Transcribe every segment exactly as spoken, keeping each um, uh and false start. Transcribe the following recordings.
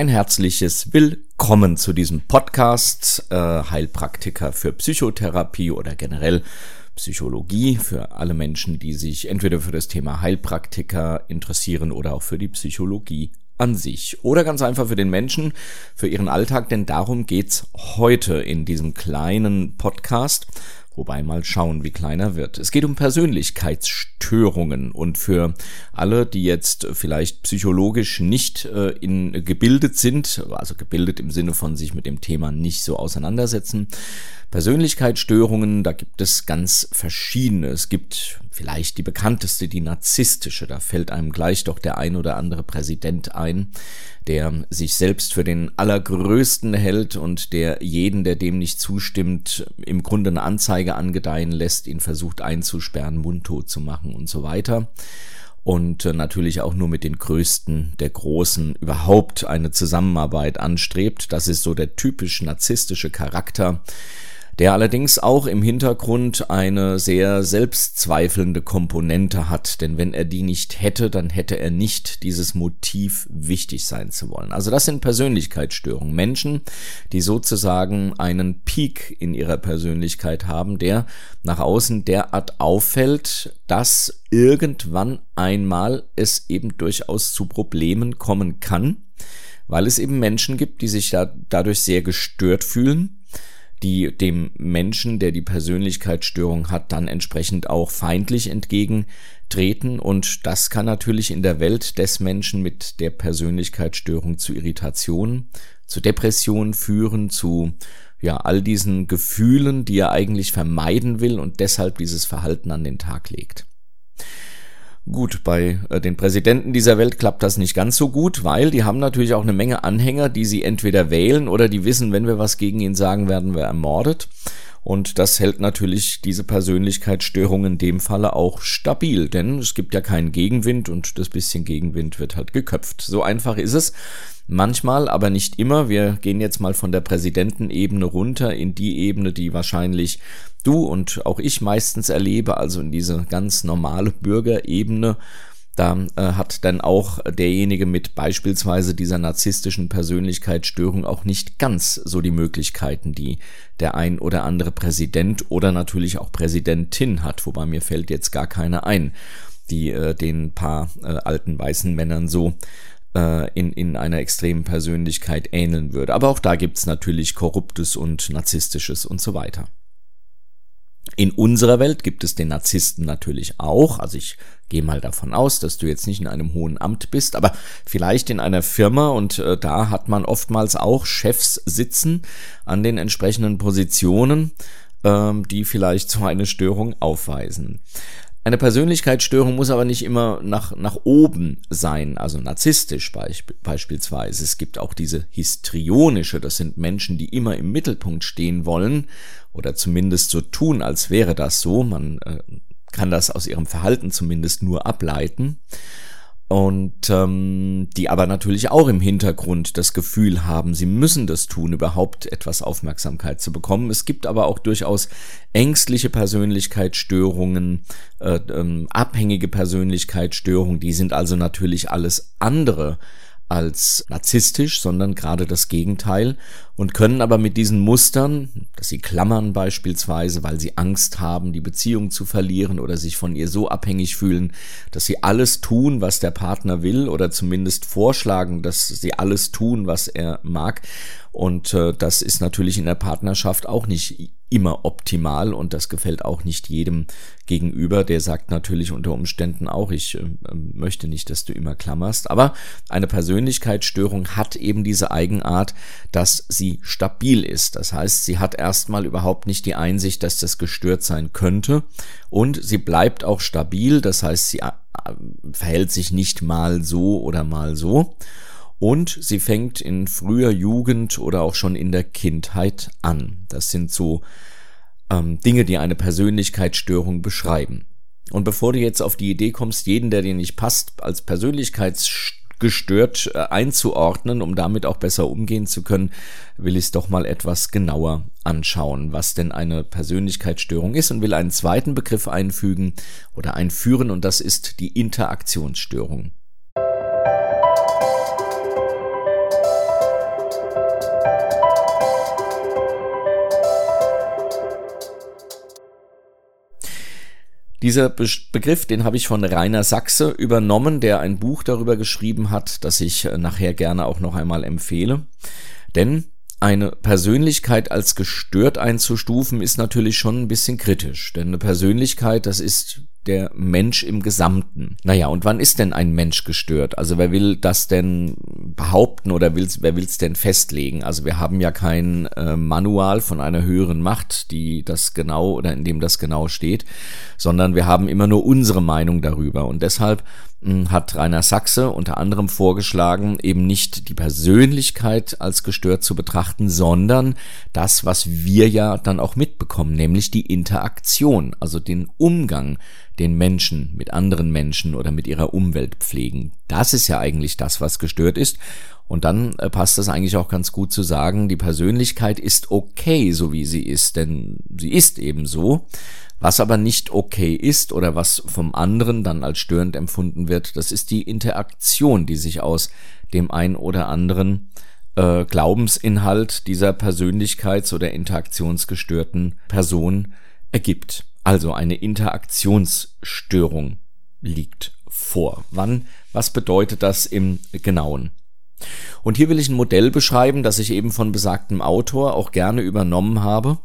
ein herzliches Willkommen zu diesem Podcast äh, Heilpraktiker für Psychotherapie oder generell Psychologie für alle Menschen, die sich entweder für das Thema Heilpraktiker interessieren oder auch für die Psychologie an sich oder ganz einfach für den Menschen, für ihren Alltag, denn darum geht's heute in diesem kleinen Podcast. Wobei mal schauen, wie kleiner wird. Es geht um Persönlichkeitsstörungen und für alle, die jetzt vielleicht psychologisch nicht äh, in, gebildet sind, also gebildet im Sinne von sich mit dem Thema nicht so auseinandersetzen, Persönlichkeitsstörungen, da gibt es ganz verschiedene. Es gibt vielleicht die bekannteste, die narzisstische. Da fällt einem gleich doch der ein oder andere Präsident ein, der sich selbst für den Allergrößten hält und der jeden, der dem nicht zustimmt, im Grunde eine Anzeige angedeihen lässt, ihn versucht einzusperren, mundtot zu machen und so weiter. Und natürlich auch nur mit den Größten der Großen überhaupt eine Zusammenarbeit anstrebt. Das ist so der typisch narzisstische Charakter, der allerdings auch im Hintergrund eine sehr selbstzweifelnde Komponente hat, denn wenn er die nicht hätte, dann hätte er nicht dieses Motiv, wichtig sein zu wollen. Also das sind Persönlichkeitsstörungen, Menschen, die sozusagen einen Peak in ihrer Persönlichkeit haben, der nach außen derart auffällt, dass irgendwann einmal es eben durchaus zu Problemen kommen kann, weil es eben Menschen gibt, die sich da dadurch sehr gestört fühlen, die dem Menschen, der die Persönlichkeitsstörung hat, dann entsprechend auch feindlich entgegentreten. Und das kann natürlich in der Welt des Menschen mit der Persönlichkeitsstörung zu Irritationen, zu Depressionen führen, zu ja all diesen Gefühlen, die er eigentlich vermeiden will und deshalb dieses Verhalten an den Tag legt. Gut, bei äh, den Präsidenten dieser Welt klappt das nicht ganz so gut, weil die haben natürlich auch eine Menge Anhänger, die sie entweder wählen oder die wissen, wenn wir was gegen ihn sagen, werden wir ermordet. Und das hält natürlich diese Persönlichkeitsstörung in dem Falle auch stabil, denn es gibt ja keinen Gegenwind und das bisschen Gegenwind wird halt geköpft. So einfach ist es. Manchmal, aber nicht immer. Wir gehen jetzt mal von der Präsidentenebene runter in die Ebene, die wahrscheinlich du und auch ich meistens erlebe, also in diese ganz normale Bürgerebene. Da äh, hat dann auch derjenige mit beispielsweise dieser narzisstischen Persönlichkeitsstörung auch nicht ganz so die Möglichkeiten, die der ein oder andere Präsident oder natürlich auch Präsidentin hat, wobei mir fällt jetzt gar keine ein, die äh, den paar äh, alten weißen Männern so In, in einer extremen Persönlichkeit ähneln würde. Aber auch da gibt's natürlich Korruptes und Narzisstisches und so weiter. In unserer Welt gibt es den Narzissten natürlich auch. Also ich gehe mal davon aus, dass du jetzt nicht in einem hohen Amt bist, aber vielleicht in einer Firma und äh, da hat man oftmals auch Chefs sitzen an den entsprechenden Positionen, ähm, die vielleicht so eine Störung aufweisen. Eine Persönlichkeitsstörung muss aber nicht immer nach, nach oben sein, also narzisstisch beisp- beispielsweise. Es gibt auch diese histrionische, das sind Menschen, die immer im Mittelpunkt stehen wollen oder zumindest so tun, als wäre das so. Man äh, kann das aus ihrem Verhalten zumindest nur ableiten. Und ähm, die aber natürlich auch im Hintergrund das Gefühl haben, sie müssen das tun, überhaupt etwas Aufmerksamkeit zu bekommen. Es gibt aber auch durchaus ängstliche Persönlichkeitsstörungen, äh, ähm, abhängige Persönlichkeitsstörungen, die sind also natürlich alles andere als narzisstisch, sondern gerade das Gegenteil und können aber mit diesen Mustern, dass sie klammern beispielsweise, weil sie Angst haben, die Beziehung zu verlieren oder sich von ihr so abhängig fühlen, dass sie alles tun, was der Partner will oder zumindest vorschlagen, dass sie alles tun, was er mag. Und äh, das ist natürlich in der Partnerschaft auch nicht immer optimal und das gefällt auch nicht jedem gegenüber. Der sagt natürlich unter Umständen auch, ich äh, möchte nicht, dass du immer klammerst. Aber eine Persönlichkeitsstörung hat eben diese Eigenart, dass sie stabil ist. Das heißt, sie hat erstmal überhaupt nicht die Einsicht, dass das gestört sein könnte und sie bleibt auch stabil. Das heißt, sie äh, verhält sich nicht mal so oder mal so. Und sie fängt in früher Jugend oder auch schon in der Kindheit an. Das sind so ähm, Dinge, die eine Persönlichkeitsstörung beschreiben. Und bevor du jetzt auf die Idee kommst, jeden, der dir nicht passt, als persönlichkeitsgestört äh, einzuordnen, um damit auch besser umgehen zu können, will ich es doch mal etwas genauer anschauen, was denn eine Persönlichkeitsstörung ist und will einen zweiten Begriff einfügen oder einführen und das ist die Interaktionsstörung. Dieser Be- Begriff, den habe ich von Rainer Sachse übernommen, der ein Buch darüber geschrieben hat, das ich nachher gerne auch noch einmal empfehle. Denn eine Persönlichkeit als gestört einzustufen, ist natürlich schon ein bisschen kritisch. Denn eine Persönlichkeit, das ist der Mensch im Gesamten. Naja, und wann ist denn ein Mensch gestört? Also wer will das denn behaupten oder will's, wer will es denn festlegen? Also wir haben ja kein äh, Manual von einer höheren Macht, die das genau oder in dem das genau steht, sondern wir haben immer nur unsere Meinung darüber. Und deshalb mh, hat Rainer Sachse unter anderem vorgeschlagen, eben nicht die Persönlichkeit als gestört zu betrachten, sondern das, was wir ja dann auch mitbekommen, nämlich die Interaktion, also den Umgang, den Menschen mit anderen Menschen oder mit ihrer Umwelt pflegen. Das ist ja eigentlich das, was gestört ist. Und dann äh, passt es eigentlich auch ganz gut zu sagen, die Persönlichkeit ist okay, so wie sie ist, denn sie ist eben so. Was aber nicht okay ist oder was vom anderen dann als störend empfunden wird, das ist die Interaktion, die sich aus dem ein oder anderen äh, Glaubensinhalt dieser Persönlichkeits- oder interaktionsgestörten Person ergibt. Also eine Interaktionsstörung liegt vor. Wann? Was bedeutet das im Genauen? Und hier will ich ein Modell beschreiben, das ich eben von besagtem Autor auch gerne übernommen habe.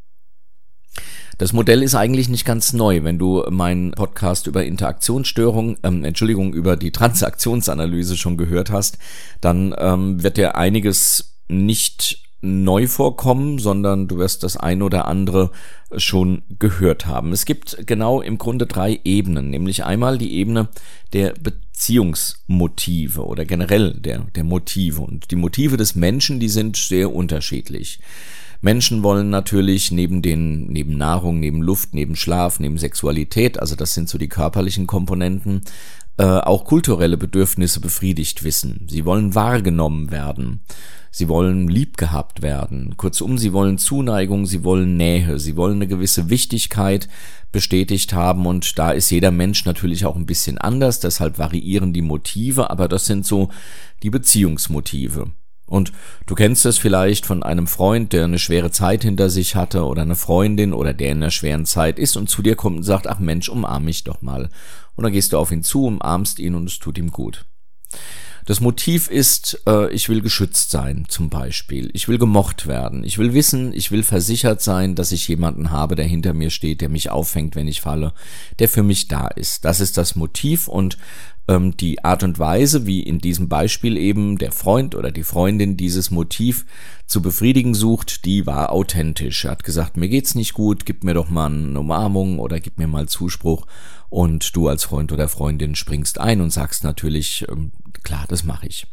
Das Modell ist eigentlich nicht ganz neu. Wenn du meinen Podcast über Interaktionsstörung, ähm, Entschuldigung, über die Transaktionsanalyse schon gehört hast, dann ähm, wird dir einiges nicht neu vorkommen, sondern du wirst das ein oder andere schon gehört haben. Es gibt genau im Grunde drei Ebenen, nämlich einmal die Ebene der Beziehungsmotive oder generell der, der Motive. Und die Motive des Menschen, die sind sehr unterschiedlich. Menschen wollen natürlich neben den, neben Nahrung, neben Luft, neben Schlaf, neben Sexualität, also das sind so die körperlichen Komponenten, äh, auch kulturelle Bedürfnisse befriedigt wissen. Sie wollen wahrgenommen werden. Sie wollen lieb gehabt werden. Kurzum, sie wollen Zuneigung, sie wollen Nähe, sie wollen eine gewisse Wichtigkeit bestätigt haben und da ist jeder Mensch natürlich auch ein bisschen anders, deshalb variieren die Motive, aber das sind so die Beziehungsmotive. Und du kennst es vielleicht von einem Freund, der eine schwere Zeit hinter sich hatte oder eine Freundin oder der in einer schweren Zeit ist und zu dir kommt und sagt, ach Mensch, umarm mich doch mal. Und dann gehst du auf ihn zu, umarmst ihn und es tut ihm gut. Das Motiv ist, äh, ich will geschützt sein, zum Beispiel. Ich will gemocht werden. Ich will wissen, ich will versichert sein, dass ich jemanden habe, der hinter mir steht, der mich auffängt, wenn ich falle, der für mich da ist. Das ist das Motiv und ähm, die Art und Weise, wie in diesem Beispiel eben der Freund oder die Freundin dieses Motiv zu befriedigen sucht, die war authentisch. Er hat gesagt, mir geht's nicht gut, gib mir doch mal eine Umarmung oder gib mir mal Zuspruch. Und du als Freund oder Freundin springst ein und sagst natürlich, ähm, klar, das mache ich.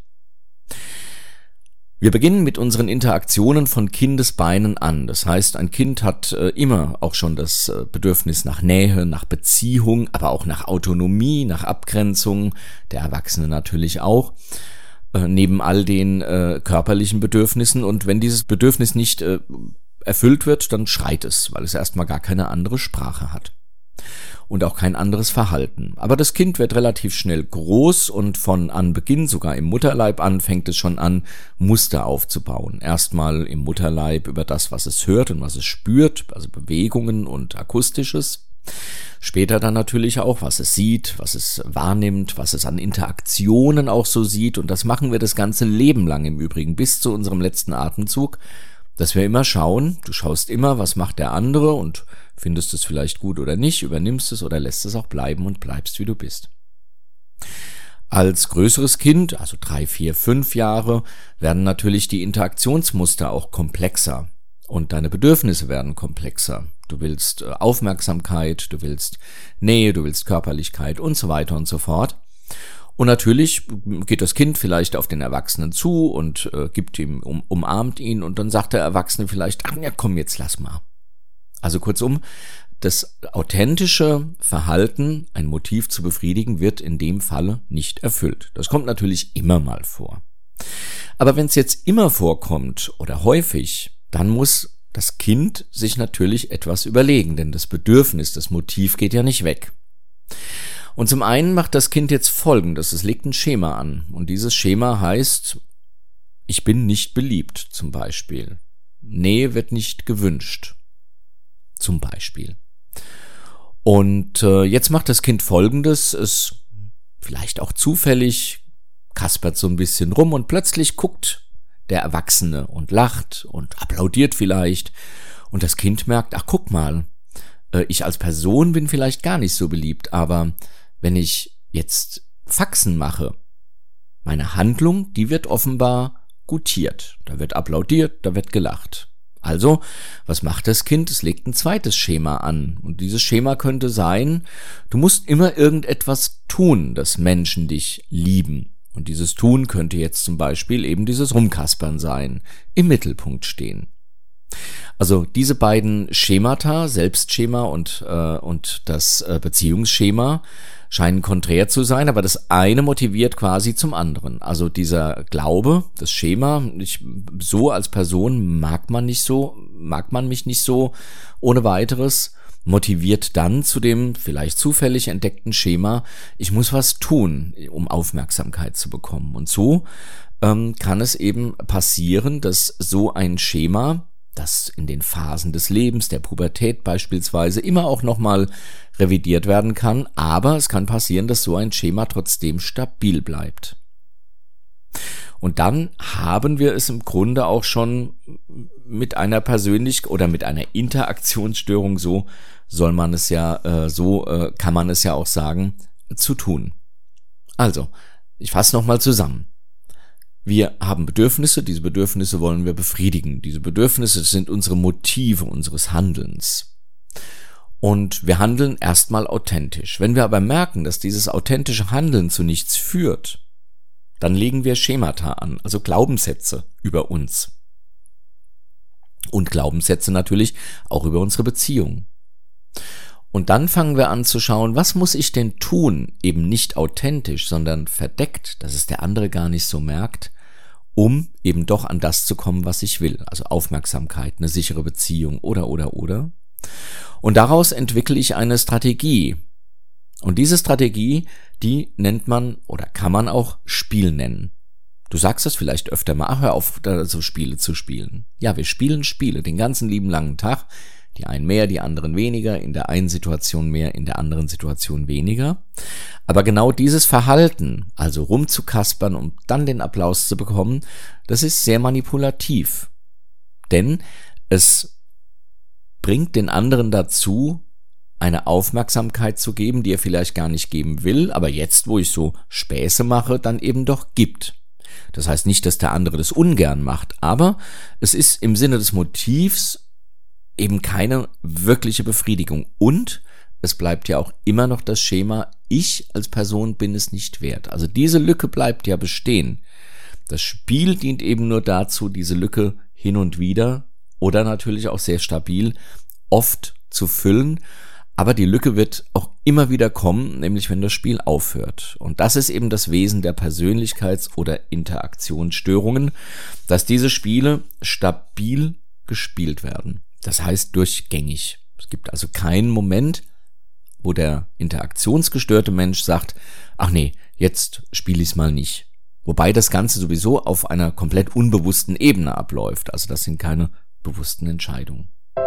Wir beginnen mit unseren Interaktionen von Kindesbeinen an. Das heißt, ein Kind hat äh, immer auch schon das äh, Bedürfnis nach Nähe, nach Beziehung, aber auch nach Autonomie, nach Abgrenzung, der Erwachsene natürlich auch, äh, neben all den äh, körperlichen Bedürfnissen. Und wenn dieses Bedürfnis nicht äh, erfüllt wird, dann schreit es, weil es erstmal gar keine andere Sprache hat. Und auch kein anderes Verhalten. Aber das Kind wird relativ schnell groß und von Anbeginn, sogar im Mutterleib an, fängt es schon an, Muster aufzubauen. Erstmal im Mutterleib über das, was es hört und was es spürt, also Bewegungen und Akustisches. Später dann natürlich auch, was es sieht, was es wahrnimmt, was es an Interaktionen auch so sieht. Und das machen wir das ganze Leben lang im Übrigen, bis zu unserem letzten Atemzug, dass wir immer schauen, du schaust immer, was macht der andere und findest es vielleicht gut oder nicht, übernimmst es oder lässt es auch bleiben und bleibst, wie du bist. Als größeres Kind, also drei, vier, fünf Jahre, werden natürlich die Interaktionsmuster auch komplexer und deine Bedürfnisse werden komplexer. Du willst Aufmerksamkeit, du willst Nähe, du willst Körperlichkeit und so weiter und so fort. Und natürlich geht das Kind vielleicht auf den Erwachsenen zu und äh, gibt ihm, um, umarmt ihn und dann sagt der Erwachsene vielleicht, ach ja, komm, jetzt lass mal. Also kurzum, das authentische Verhalten, ein Motiv zu befriedigen, wird in dem Falle nicht erfüllt. Das kommt natürlich immer mal vor. Aber wenn es jetzt immer vorkommt oder häufig, dann muss das Kind sich natürlich etwas überlegen, denn das Bedürfnis, das Motiv geht ja nicht weg. Und zum einen macht das Kind jetzt Folgendes, es legt ein Schema an und dieses Schema heißt, ich bin nicht beliebt zum Beispiel, Nähe wird nicht gewünscht zum Beispiel. Und äh, jetzt macht das Kind Folgendes, es vielleicht auch zufällig, kaspert so ein bisschen rum und plötzlich guckt der Erwachsene und lacht und applaudiert vielleicht und das Kind merkt, ach guck mal, äh, ich als Person bin vielleicht gar nicht so beliebt, aber wenn ich jetzt Faxen mache, meine Handlung, die wird offenbar gutiert, da wird applaudiert, da wird gelacht. Also, was macht das Kind? Es legt ein zweites Schema an. Und dieses Schema könnte sein, du musst immer irgendetwas tun, dass Menschen dich lieben. Und dieses Tun könnte jetzt zum Beispiel eben dieses Rumkaspern sein, im Mittelpunkt stehen. Also diese beiden Schemata, Selbstschema und, äh, und das äh, Beziehungsschema, scheinen konträr zu sein, aber das eine motiviert quasi zum anderen. Also dieser Glaube, das Schema, ich, so als Person mag man nicht so, mag man mich nicht so ohne weiteres, motiviert dann zu dem vielleicht zufällig entdeckten Schema, ich muss was tun, um Aufmerksamkeit zu bekommen. Und so ähm, kann es eben passieren, dass so ein Schema, das in den Phasen des Lebens, der Pubertät beispielsweise, immer auch nochmal revidiert werden kann, aber es kann passieren, dass so ein Schema trotzdem stabil bleibt. Und dann haben wir es im Grunde auch schon mit einer Persönlich- oder mit einer Interaktionsstörung, so soll man es ja, äh, so äh, kann man es ja auch sagen, zu tun. Also, ich fasse nochmal zusammen. Wir haben Bedürfnisse, diese Bedürfnisse wollen wir befriedigen. Diese Bedürfnisse sind unsere Motive unseres Handelns. Und wir handeln erstmal authentisch. Wenn wir aber merken, dass dieses authentische Handeln zu nichts führt, dann legen wir Schemata an, also Glaubenssätze über uns. Und Glaubenssätze natürlich auch über unsere Beziehung. Und dann fangen wir an zu schauen, was muss ich denn tun, eben nicht authentisch, sondern verdeckt, dass es der andere gar nicht so merkt, um eben doch an das zu kommen, was ich will. Also Aufmerksamkeit, eine sichere Beziehung oder, oder, oder. Und daraus entwickle ich eine Strategie. Und diese Strategie, die nennt man oder kann man auch Spiel nennen. Du sagst das vielleicht öfter mal, ach, hör auf, da so Spiele zu spielen. Ja, wir spielen Spiele den ganzen lieben langen Tag. Die einen mehr, die anderen weniger, in der einen Situation mehr, in der anderen Situation weniger. Aber genau dieses Verhalten, also rumzukaspern, um dann den Applaus zu bekommen, das ist sehr manipulativ. Denn es bringt den anderen dazu, eine Aufmerksamkeit zu geben, die er vielleicht gar nicht geben will, aber jetzt, wo ich so Späße mache, dann eben doch gibt. Das heißt nicht, dass der andere das ungern macht, aber es ist im Sinne des Motivs eben keine wirkliche Befriedigung. Und es bleibt ja auch immer noch das Schema, ich als Person bin es nicht wert. Also diese Lücke bleibt ja bestehen. Das Spiel dient eben nur dazu, diese Lücke hin und wieder oder natürlich auch sehr stabil oft zu füllen. Aber die Lücke wird auch immer wieder kommen, nämlich wenn das Spiel aufhört. Und das ist eben das Wesen der Persönlichkeits- oder Interaktionsstörungen, dass diese Spiele stabil gespielt werden. Das heißt durchgängig. Es gibt also keinen Moment, wo der interaktionsgestörte Mensch sagt, ach nee, jetzt spiele ich's mal nicht. Wobei das Ganze sowieso auf einer komplett unbewussten Ebene abläuft. Also das sind keine bewussten Entscheidungen.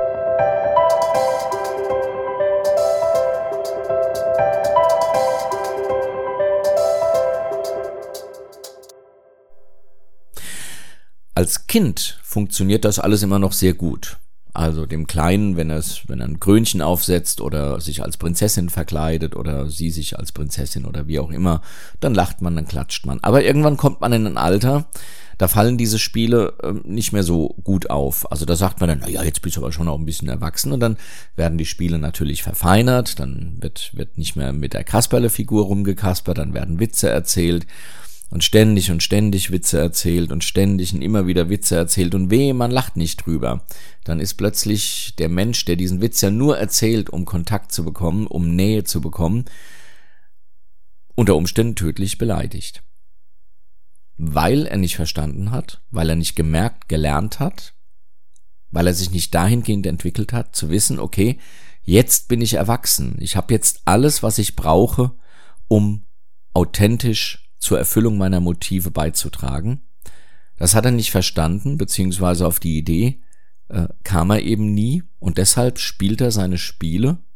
Als Kind funktioniert das alles immer noch sehr gut. Also dem Kleinen, wenn er es, wenn er ein Krönchen aufsetzt oder sich als Prinzessin verkleidet oder sie sich als Prinzessin oder wie auch immer, dann lacht man, dann klatscht man. Aber irgendwann kommt man in ein Alter, da fallen diese Spiele äh, nicht mehr so gut auf. Also da sagt man dann, naja, jetzt bist du aber schon auch ein bisschen erwachsen und dann werden die Spiele natürlich verfeinert, dann wird, wird nicht mehr mit der Kasperle-Figur rumgekaspert, dann werden Witze erzählt. Und ständig und ständig Witze erzählt und ständig und immer wieder Witze erzählt und weh, man lacht nicht drüber. Dann ist plötzlich der Mensch, der diesen Witz ja nur erzählt, um Kontakt zu bekommen, um Nähe zu bekommen, unter Umständen tödlich beleidigt. Weil er nicht verstanden hat, weil er nicht gemerkt, gelernt hat, weil er sich nicht dahingehend entwickelt hat, zu wissen, okay, jetzt bin ich erwachsen. Ich habe jetzt alles, was ich brauche, um authentisch zur Erfüllung meiner Motive beizutragen. Das hat er nicht verstanden, beziehungsweise auf die Idee äh, kam er eben nie und deshalb spielt er seine Spiele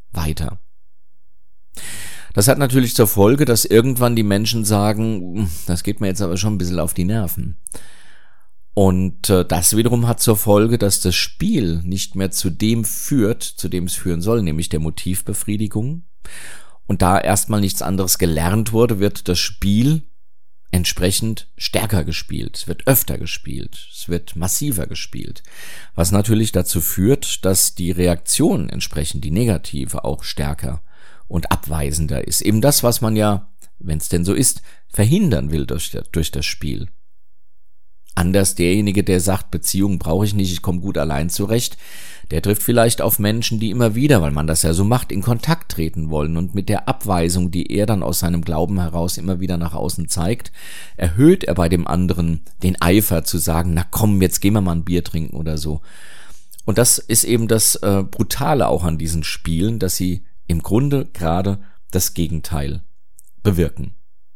weiter. Das hat natürlich zur Folge, dass irgendwann die Menschen sagen, das geht mir jetzt aber schon ein bisschen auf die Nerven. Und äh, das wiederum hat zur Folge, dass das Spiel nicht mehr zu dem führt, zu dem es führen soll, nämlich der Motivbefriedigung. Und da erstmal nichts anderes gelernt wurde, wird das Spiel entsprechend stärker gespielt. Es wird öfter gespielt. Es wird massiver gespielt. Was natürlich dazu führt, dass die Reaktion entsprechend, die negative, auch stärker und abweisender ist. Eben das, was man ja, wenn es denn so ist, verhindern will durch, durch das Spiel. Anders derjenige, der sagt, Beziehung brauche ich nicht, ich komme gut allein zurecht, der trifft vielleicht auf Menschen, die immer wieder, weil man das ja so macht, in Kontakt treten wollen, und mit der Abweisung, die er dann aus seinem Glauben heraus immer wieder nach außen zeigt, erhöht er bei dem anderen den Eifer zu sagen, na komm, jetzt gehen wir mal ein Bier trinken oder so. Und das ist eben das äh, Brutale auch an diesen Spielen, dass sie im Grunde gerade das Gegenteil bewirken.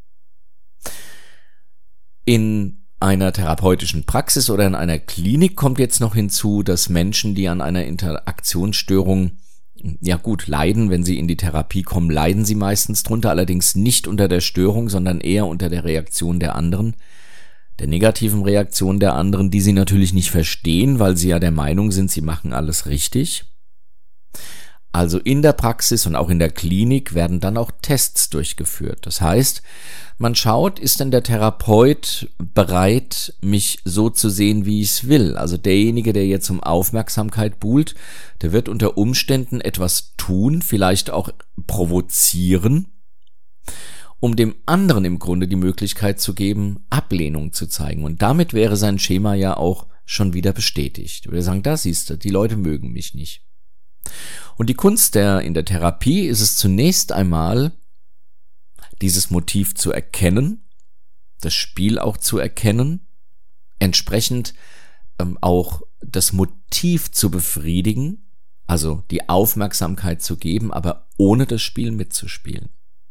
In einer therapeutischen Praxis oder in einer Klinik kommt jetzt noch hinzu, dass Menschen, die an einer Interaktionsstörung, ja gut, leiden, wenn sie in die Therapie kommen, leiden sie meistens drunter, allerdings nicht unter der Störung, sondern eher unter der Reaktion der anderen, der negativen Reaktion der anderen, die sie natürlich nicht verstehen, weil sie ja der Meinung sind, sie machen alles richtig. Also in der Praxis und auch in der Klinik werden dann auch Tests durchgeführt. Das heißt, man schaut, ist denn der Therapeut bereit, mich so zu sehen, wie ich es will? Also derjenige, der jetzt um Aufmerksamkeit buhlt, der wird unter Umständen etwas tun, vielleicht auch provozieren, um dem anderen im Grunde die Möglichkeit zu geben, Ablehnung zu zeigen. Und damit wäre sein Schema ja auch schon wieder bestätigt. Wir sagen, da siehst du, die Leute mögen mich nicht. Und die Kunst der, in der Therapie ist es zunächst einmal, dieses Motiv zu erkennen, das Spiel auch zu erkennen, entsprechend ähm, auch das Motiv zu befriedigen, also die Aufmerksamkeit zu geben, aber ohne das Spiel mitzuspielen.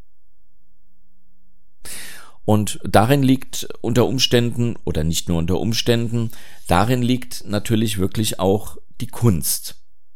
Und darin liegt unter Umständen, oder nicht nur unter Umständen, darin liegt natürlich wirklich auch die Kunst.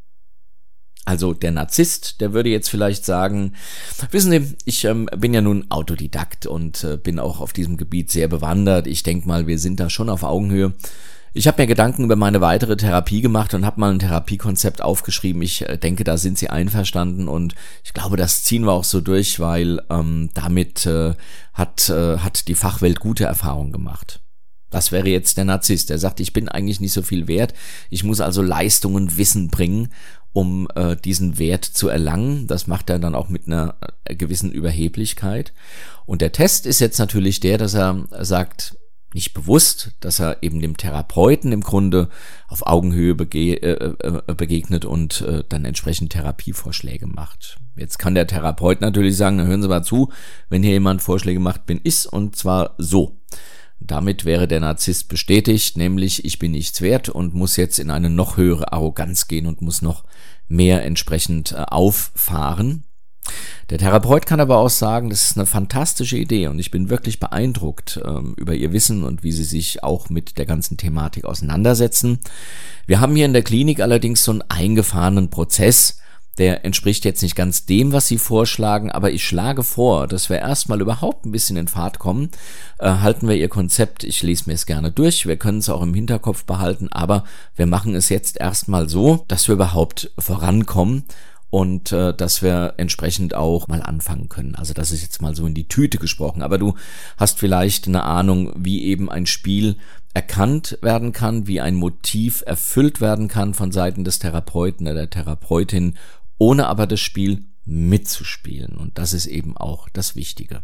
Also der Narzisst, der würde jetzt vielleicht sagen, wissen Sie, ich ähm, bin ja nun Autodidakt und äh, bin auch auf diesem Gebiet sehr bewandert. Ich denke mal, wir sind da schon auf Augenhöhe. Ich habe mir Gedanken über meine weitere Therapie gemacht und habe mal ein Therapiekonzept aufgeschrieben. Ich äh, denke, da sind Sie einverstanden, und ich glaube, das ziehen wir auch so durch, weil ähm, damit äh, hat, äh, hat die Fachwelt gute Erfahrungen gemacht. Das wäre jetzt der Narzisst, der sagt, ich bin eigentlich nicht so viel wert, ich muss also Leistung und Wissen bringen, um äh, diesen Wert zu erlangen. Das macht er dann auch mit einer äh, gewissen Überheblichkeit. Und der Test ist jetzt natürlich der, dass er sagt, nicht bewusst, dass er eben dem Therapeuten im Grunde auf Augenhöhe bege- äh, äh, begegnet und äh, dann entsprechend Therapievorschläge macht. Jetzt kann der Therapeut natürlich sagen, na hören Sie mal zu, wenn hier jemand Vorschläge macht, bin ich, und zwar so. Damit wäre der Narzisst bestätigt, nämlich ich bin nichts wert und muss jetzt in eine noch höhere Arroganz gehen und muss noch mehr entsprechend äh, auffahren. Der Therapeut kann aber auch sagen, das ist eine fantastische Idee und ich bin wirklich beeindruckt ähm, über ihr Wissen und wie sie sich auch mit der ganzen Thematik auseinandersetzen. Wir haben hier in der Klinik allerdings so einen eingefahrenen Prozess, der entspricht jetzt nicht ganz dem, was Sie vorschlagen, aber ich schlage vor, dass wir erstmal überhaupt ein bisschen in Fahrt kommen. Äh, halten wir Ihr Konzept, ich lese mir es gerne durch, wir können es auch im Hinterkopf behalten, aber wir machen es jetzt erstmal so, dass wir überhaupt vorankommen und äh, dass wir entsprechend auch mal anfangen können. Also das ist jetzt mal so in die Tüte gesprochen, aber du hast vielleicht eine Ahnung, wie eben ein Spiel erkannt werden kann, wie ein Motiv erfüllt werden kann von Seiten des Therapeuten oder der Therapeutin, ohne aber das Spiel mitzuspielen. Und das ist eben auch das Wichtige.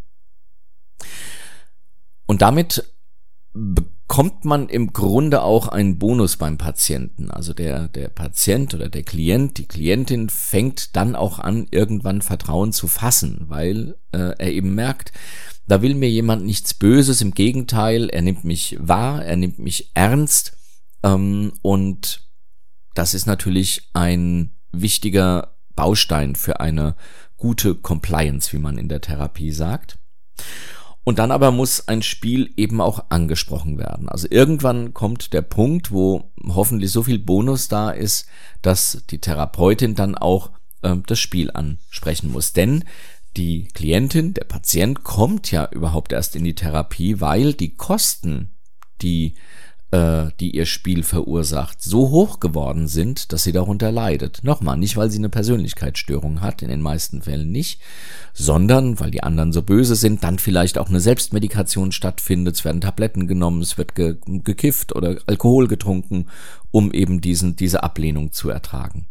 Und damit bekommt man im Grunde auch einen Bonus beim Patienten. Also der, der Patient oder der Klient, die Klientin fängt dann auch an, irgendwann Vertrauen zu fassen, weil äh, er eben merkt, da will mir jemand nichts Böses, im Gegenteil, er nimmt mich wahr, er nimmt mich ernst, ähm, und das ist natürlich ein wichtiger Baustein für eine gute Compliance, wie man in der Therapie sagt. Und dann aber muss ein Spiel eben auch angesprochen werden. Also irgendwann kommt der Punkt, wo hoffentlich so viel Bonus da ist, dass die Therapeutin dann auch äh, das Spiel ansprechen muss. Denn die Klientin, der Patient kommt ja überhaupt erst in die Therapie, weil die Kosten, die die ihr Spiel verursacht, so hoch geworden sind, dass sie darunter leidet. Nochmal, nicht weil sie eine Persönlichkeitsstörung hat, in den meisten Fällen nicht, sondern weil die anderen so böse sind, dann vielleicht auch eine Selbstmedikation stattfindet, es werden Tabletten genommen, es wird ge- gekifft oder Alkohol getrunken, um eben diesen, diese Ablehnung zu ertragen.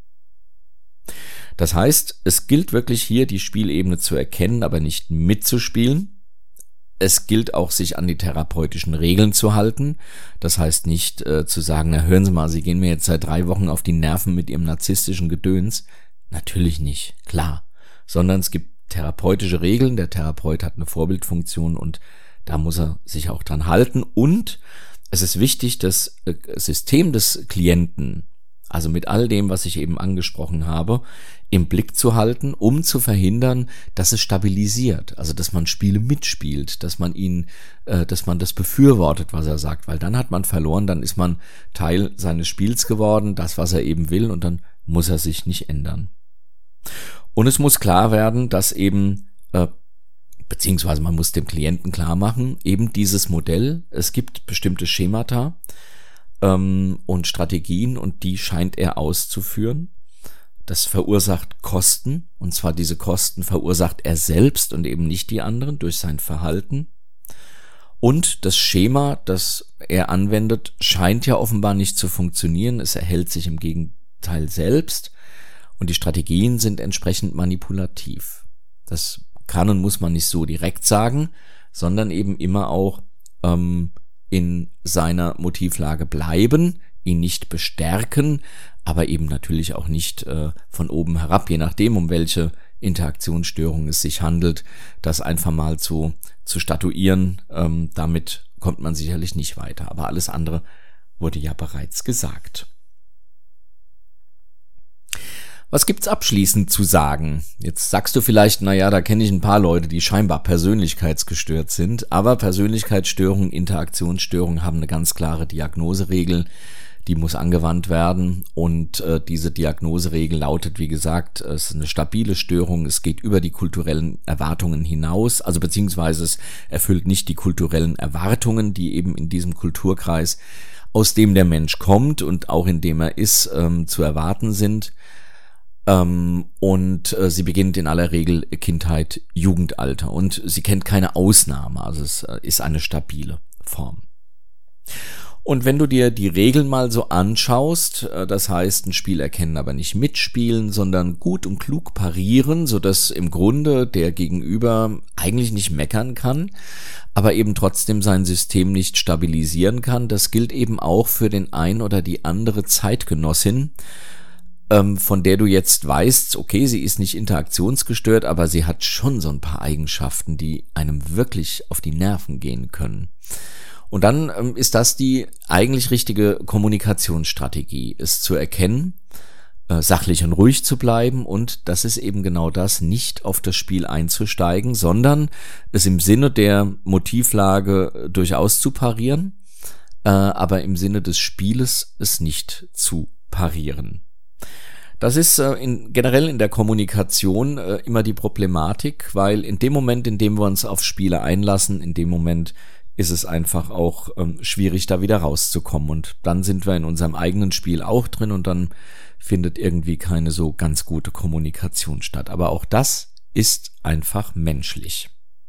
Das heißt, es gilt wirklich hier, die Spielebene zu erkennen, aber nicht mitzuspielen. Es gilt auch, sich an die therapeutischen Regeln zu halten. Das heißt nicht äh, zu sagen, na hören Sie mal, Sie gehen mir jetzt seit drei Wochen auf die Nerven mit Ihrem narzisstischen Gedöns. Natürlich nicht, klar. Sondern es gibt therapeutische Regeln. Der Therapeut hat eine Vorbildfunktion und da muss er sich auch dran halten. Und es ist wichtig, das äh, System des Klienten, also mit all dem, was ich eben angesprochen habe, im Blick zu halten, um zu verhindern, dass es stabilisiert, also dass man Spiele mitspielt, dass man ihn, äh, dass man das befürwortet, was er sagt, weil dann hat man verloren, dann ist man Teil seines Spiels geworden, das, was er eben will, und dann muss er sich nicht ändern. Und es muss klar werden, dass eben, äh, beziehungsweise man muss dem Klienten klar machen, eben dieses Modell, es gibt bestimmte Schemata ähm, und Strategien und die scheint er auszuführen. Das verursacht Kosten, und zwar diese Kosten verursacht er selbst und eben nicht die anderen durch sein Verhalten. Und das Schema, das er anwendet, scheint ja offenbar nicht zu funktionieren. Es erhält sich im Gegenteil selbst und die Strategien sind entsprechend manipulativ. Das kann und muss man nicht so direkt sagen, sondern eben immer auch ähm, in seiner Motivlage bleiben, ihn nicht bestärken, aber eben natürlich auch nicht äh, von oben herab, je nachdem, um welche Interaktionsstörung es sich handelt, das einfach mal zu, zu statuieren, ähm, damit kommt man sicherlich nicht weiter. Aber alles andere wurde ja bereits gesagt. Was gibt's abschließend zu sagen? Jetzt sagst du vielleicht, naja, da kenne ich ein paar Leute, die scheinbar persönlichkeitsgestört sind, aber Persönlichkeitsstörungen, Interaktionsstörungen haben eine ganz klare Diagnoseregel, die muss angewandt werden und äh, diese Diagnoseregel lautet, wie gesagt, es ist eine stabile Störung, es geht über die kulturellen Erwartungen hinaus, also beziehungsweise es erfüllt nicht die kulturellen Erwartungen, die eben in diesem Kulturkreis, aus dem der Mensch kommt und auch in dem er ist, ähm, zu erwarten sind. Ähm, und äh, sie beginnt in aller Regel Kindheit, Jugendalter und sie kennt keine Ausnahme, also es äh, ist eine stabile Form. Und wenn du dir die Regeln mal so anschaust, das heißt ein Spiel erkennen, aber nicht mitspielen, sondern gut und klug parieren, sodass im Grunde der Gegenüber eigentlich nicht meckern kann, aber eben trotzdem sein System nicht stabilisieren kann, das gilt eben auch für den ein oder die andere Zeitgenossin, von der du jetzt weißt, okay, sie ist nicht interaktionsgestört, aber sie hat schon so ein paar Eigenschaften, die einem wirklich auf die Nerven gehen können. Und dann ähm, ist das die eigentlich richtige Kommunikationsstrategie, es zu erkennen, äh, sachlich und ruhig zu bleiben und das ist eben genau das, nicht auf das Spiel einzusteigen, sondern es im Sinne der Motivlage durchaus zu parieren, äh, aber im Sinne des Spieles es nicht zu parieren. Das ist äh, in, generell in der Kommunikation äh, immer die Problematik, weil in dem Moment, in dem wir uns auf Spiele einlassen, in dem Moment ist es einfach auch ähm, schwierig, da wieder rauszukommen. Und dann sind wir in unserem eigenen Spiel auch drin und dann findet irgendwie keine so ganz gute Kommunikation statt. Aber auch das ist einfach menschlich.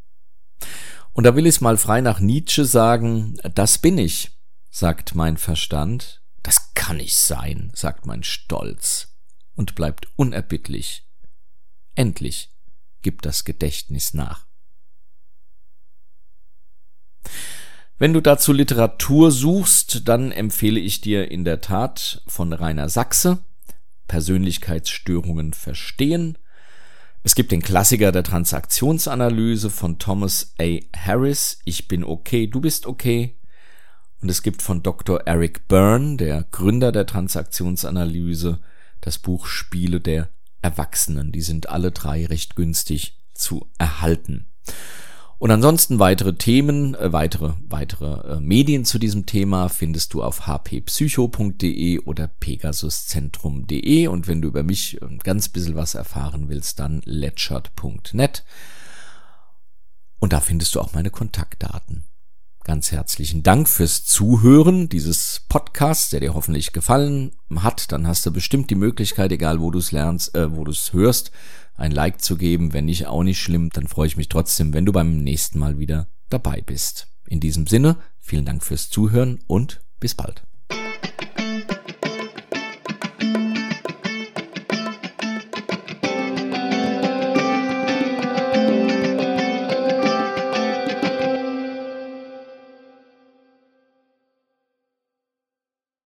Und da will ich es mal frei nach Nietzsche sagen, das bin ich, sagt mein Verstand. Das kann nicht sein, sagt mein Stolz und bleibt unerbittlich. Endlich gibt das Gedächtnis nach. Wenn du dazu Literatur suchst, dann empfehle ich dir in der Tat von Rainer Sachse Persönlichkeitsstörungen verstehen. Es gibt den Klassiker der Transaktionsanalyse von Thomas A. Harris, Ich bin okay, du bist okay. Und es gibt von Doktor Eric Berne, der Gründer der Transaktionsanalyse, das Buch Spiele der Erwachsenen. Die sind alle drei recht günstig zu erhalten. Und ansonsten weitere Themen, äh, weitere, weitere äh, Medien zu diesem Thema findest du auf h p psycho punkt d e oder pegasuszentrum punkt d e. Und wenn du über mich ein ganz bisschen was erfahren willst, dann letschert punkt net. Und da findest du auch meine Kontaktdaten. Ganz herzlichen Dank fürs Zuhören dieses Podcasts, der dir hoffentlich gefallen hat. Dann hast du bestimmt die Möglichkeit, egal wo du es lernst, äh, wo du es hörst, ein Like zu geben. Wenn nicht, auch nicht schlimm. Dann freue ich mich trotzdem, wenn du beim nächsten Mal wieder dabei bist. In diesem Sinne, vielen Dank fürs Zuhören und bis bald.